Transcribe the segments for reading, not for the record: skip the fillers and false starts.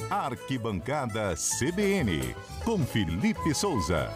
Arquibancada CBN, com Felipe Souza.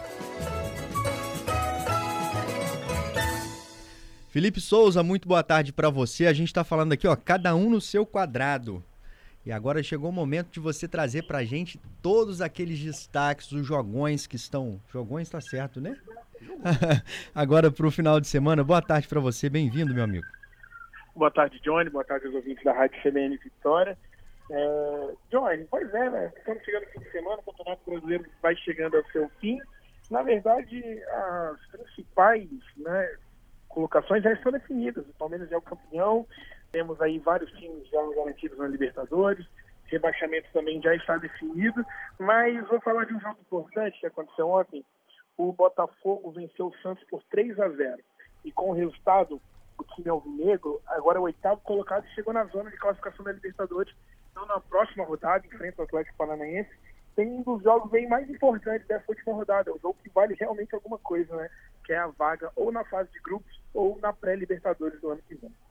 Felipe Souza, muito boa tarde para você. A gente está falando aqui, cada um no seu quadrado. E agora chegou o momento de você trazer pra gente todos aqueles destaques, os jogões que estão... Jogões tá certo, né? Agora pro final de semana. Boa tarde para você, bem-vindo, meu amigo. Boa tarde, Johnny. Boa tarde aos ouvintes da Rádio CBN Vitória. Johnny, pois é, né? Estamos chegando no fim de semana, o Campeonato Brasileiro vai chegando ao seu fim. Na verdade, as principais, né, colocações já estão definidas. O Palmeiras já é o campeão. Temos aí vários times já garantidos na Libertadores. Rebaixamento também já está definido. Mas vou falar de um jogo importante que aconteceu ontem. O Botafogo venceu o Santos por 3-0. E com o resultado, o time alvinegro, agora é o 8º colocado e chegou na zona de classificação da Libertadores. Então, na próxima rodada, enfrenta o Atlético Paranaense, tem um dos jogos bem mais importantes dessa última rodada. É o jogo que vale realmente alguma coisa, né? Que é a vaga ou na fase de grupos ou na pré-Libertadores do ano que vem.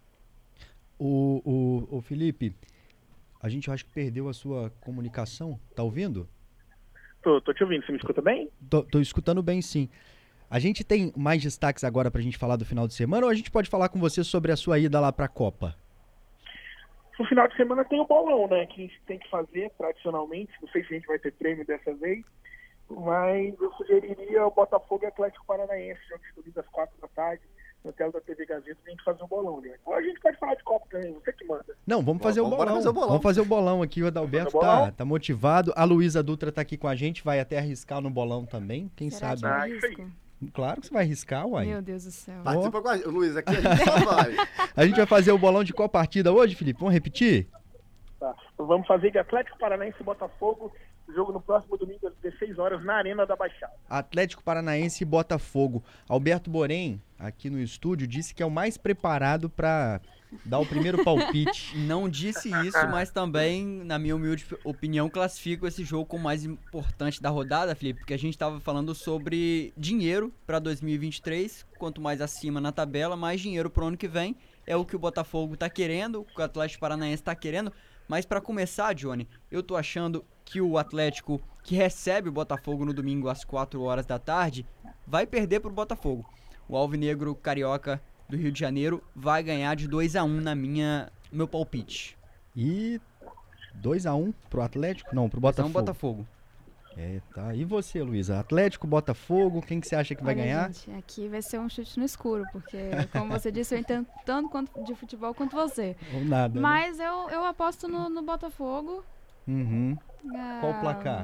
O Felipe, a gente acho que perdeu a sua comunicação. Tá ouvindo? Tô te ouvindo. Você me escuta bem? Tô escutando bem, sim. A gente tem mais destaques agora pra gente falar do final de semana ou a gente pode falar com você sobre a sua ida lá pra Copa? No final de semana tem o bolão, né? Que a gente tem que fazer tradicionalmente. Não sei se a gente vai ter prêmio dessa vez, mas eu sugeriria o Botafogo e Atlético Paranaense, jogo de domingo às 4 da tarde, no tela da TV Gazeta, a gente fazer um bolão, né? Ou a gente pode falar de Copa também, você que manda. Não, vamos fazer o bolão. Vamos fazer o bolão aqui. O Adalberto tá motivado. A Luísa Dutra tá aqui com a gente, vai até arriscar no bolão também. Quem Será sabe? Que eu arrisco? Claro que você vai arriscar, uai. Meu Deus do céu. Participa com a gente, Luiz, aqui a gente só vai. A gente vai fazer o bolão de qual partida hoje, Felipe? Vamos repetir? Tá. Vamos fazer de Atlético Paranaense e Botafogo, jogo no próximo domingo às 16 horas na Arena da Baixada. Atlético Paranaense e Botafogo. Alberto Borém, aqui no estúdio, disse que é o mais preparado para dar o primeiro palpite. Não disse isso, mas também, na minha humilde opinião, classifico esse jogo como o mais importante da rodada, Felipe, porque a gente estava falando sobre dinheiro para 2023, quanto mais acima na tabela, mais dinheiro para o ano que vem. É o que o Botafogo está querendo, o que o Atlético Paranaense está querendo. Mas para começar, Johnny, eu tô achando que o Atlético, que recebe o Botafogo no domingo às 4 horas da tarde, vai perder pro Botafogo. O Alvinegro Carioca do Rio de Janeiro vai ganhar de 2-1 meu palpite. E 2-1 pro Atlético? Não, pro Botafogo. Botafogo. Tá. E você, Luísa? Atlético, Botafogo, quem que você acha que vai ganhar? Gente, aqui vai ser um chute no escuro, porque, como você disse, eu entendo tanto de futebol quanto você. Ou nada. Mas né? eu aposto no Botafogo. Uhum. Qual o placar?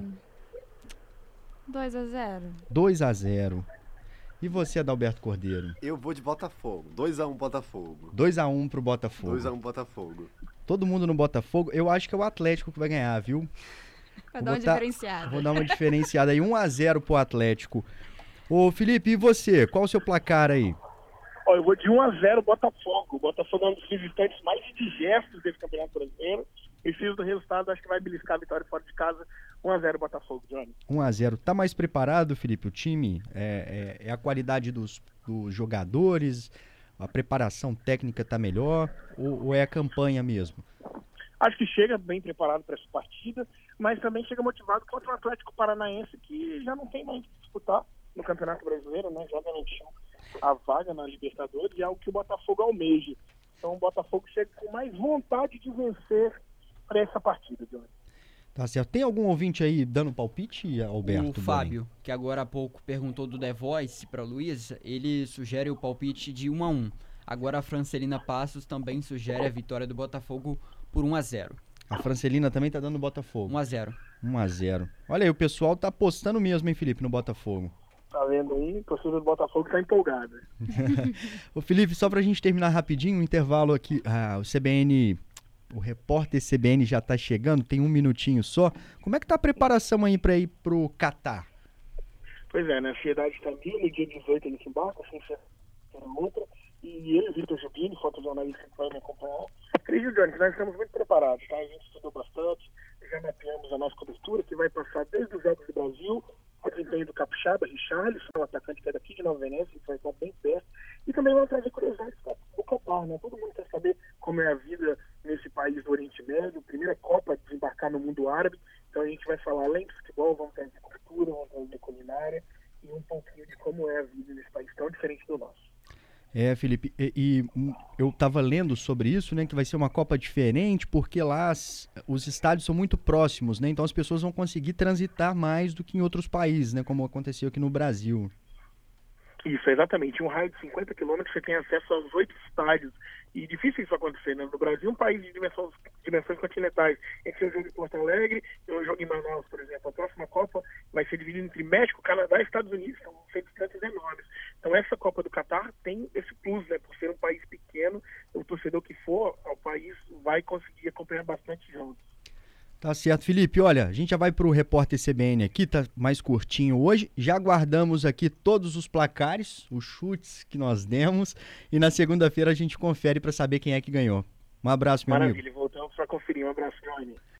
2-0. 2-0. E você, Adalberto Cordeiro? Eu vou de Botafogo. 2-1 Botafogo. 2-1 pro Botafogo. 2-1 Botafogo. Todo mundo no Botafogo. Eu acho que é o Atlético que vai ganhar, viu? Vai dar uma diferenciada. Vou dar uma diferenciada aí. 1-0 pro Atlético. Ô, Felipe, e você? Qual o seu placar aí? Eu vou de 1-0 Botafogo. O Botafogo é um dos visitantes mais indigestos desse Campeonato Brasileiro. Preciso do resultado, acho que vai beliscar a vitória fora de casa. 1-0 Botafogo, Johnny. 1-0. Tá mais preparado, Felipe, o time? É a qualidade dos jogadores? A preparação técnica tá melhor? Ou é a campanha mesmo? Acho que chega bem preparado para essa partida, mas também chega motivado contra o Atlético Paranaense, que já não tem mais que disputar no Campeonato Brasileiro, né? Já garantiu a vaga na Libertadores e é algo que o Botafogo almeja. Então o Botafogo chega com mais vontade de vencer para essa partida, Johnny. Tá certo. Tem algum ouvinte aí dando palpite, Alberto? O Fábio, que agora há pouco perguntou do The Voice para Luiz, ele sugere o palpite de 1-1. Agora a Francelina Passos também sugere a vitória do Botafogo por 1-0. A Francelina também tá dando Botafogo. 1-0. 1-0. Olha aí, o pessoal tá apostando mesmo, hein, Felipe, no Botafogo. Tá vendo aí? A torcida do Botafogo tá empolgada. Ô, Felipe, só pra gente terminar rapidinho, o intervalo aqui, o repórter CBN já tá chegando, tem 1 minutinho só. Como é que tá a preparação aí pra ir pro Catar? Pois é, né? A ansiedade tá mil, no dia 18 ele se embarca, assim, outra. E ele, Vitor Jubini, fotojornalista que vai me acompanhar. Acredito, Johnny, que nós estamos muito preparados, tá? A gente estudou bastante, já mapeamos a nossa cobertura, que vai passar desde os Jogos do Brasil, o desempenho do Capixaba, Richarlison, o atacante que é daqui de Nova Venécia, que vai estar bem perto, e também vamos trazer curiosidades do Catar, né? Todo mundo quer saber como é a vida nesse país país do Oriente Médio, primeira Copa a desembarcar no mundo árabe. Então a gente vai falar além do futebol, vamos trazer cultura, vamos trazer culinária e um pouquinho de como é a vida nesse país tão diferente do nosso. Felipe, eu estava lendo sobre isso, né, que vai ser uma Copa diferente, porque lá os estádios são muito próximos, né, então as pessoas vão conseguir transitar mais do que em outros países, né, como aconteceu aqui no Brasil. Isso, exatamente. Um raio de 50 quilômetros você tem acesso aos 8 estádios. E difícil isso acontecer, né? No Brasil, um país de dimensões continentais. Esse é um jogo em Porto Alegre, é um jogo em Manaus, por exemplo. A próxima Copa vai ser dividida entre México, Canadá e Estados Unidos. Então, são distantes enormes. Então, essa Copa do Catar tem esse plus, né? Por ser um país pequeno, o torcedor que for ao país vai conseguir acompanhar bastante jogos. Tá certo, Felipe. Olha, a gente já vai pro Repórter CBN aqui, tá mais curtinho hoje. Já guardamos aqui todos os placares, os chutes que nós demos. E na segunda-feira a gente confere para saber quem é que ganhou. Um abraço, meu amigo. Maravilha, voltamos para conferir. Um abraço, Johnny.